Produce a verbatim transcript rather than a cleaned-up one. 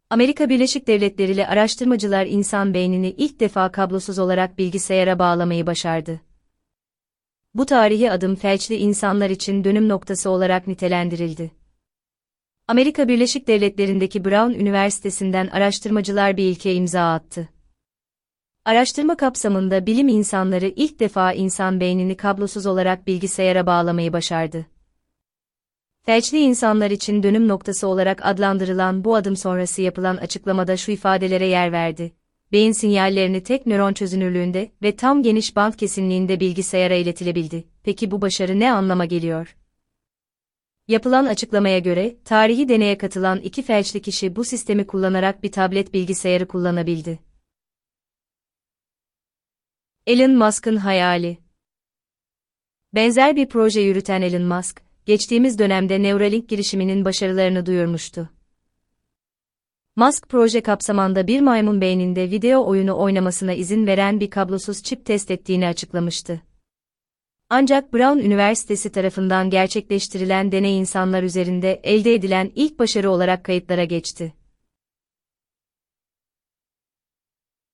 Amerika Birleşik Devletleri ile araştırmacılar insan beynini ilk defa kablosuz olarak bilgisayara bağlamayı başardı. Bu tarihi adım felçli insanlar için dönüm noktası olarak nitelendirildi. Amerika Birleşik Devletleri'ndeki Brown Üniversitesi'nden araştırmacılar bir ilke imza attı. Araştırma kapsamında bilim insanları ilk defa insan beynini kablosuz olarak bilgisayara bağlamayı başardı. Felçli insanlar için dönüm noktası olarak adlandırılan bu adım sonrası yapılan açıklamada şu ifadelere yer verdi: beyin sinyallerini tek nöron çözünürlüğünde ve tam geniş band kesinliğinde bilgisayara iletilebildi. Peki bu başarı ne anlama geliyor? Yapılan açıklamaya göre, tarihi deneye katılan iki felçli kişi bu sistemi kullanarak bir tablet bilgisayarı kullanabildi. Elon Musk'ın hayali. Benzer bir proje yürüten Elon Musk, geçtiğimiz dönemde Neuralink girişiminin başarılarını duyurmuştu. Musk proje kapsamında bir maymun beyninde video oyunu oynamasına izin veren bir kablosuz çip test ettiğini açıklamıştı. Ancak Brown Üniversitesi tarafından gerçekleştirilen deney insanlar üzerinde elde edilen ilk başarı olarak kayıtlara geçti.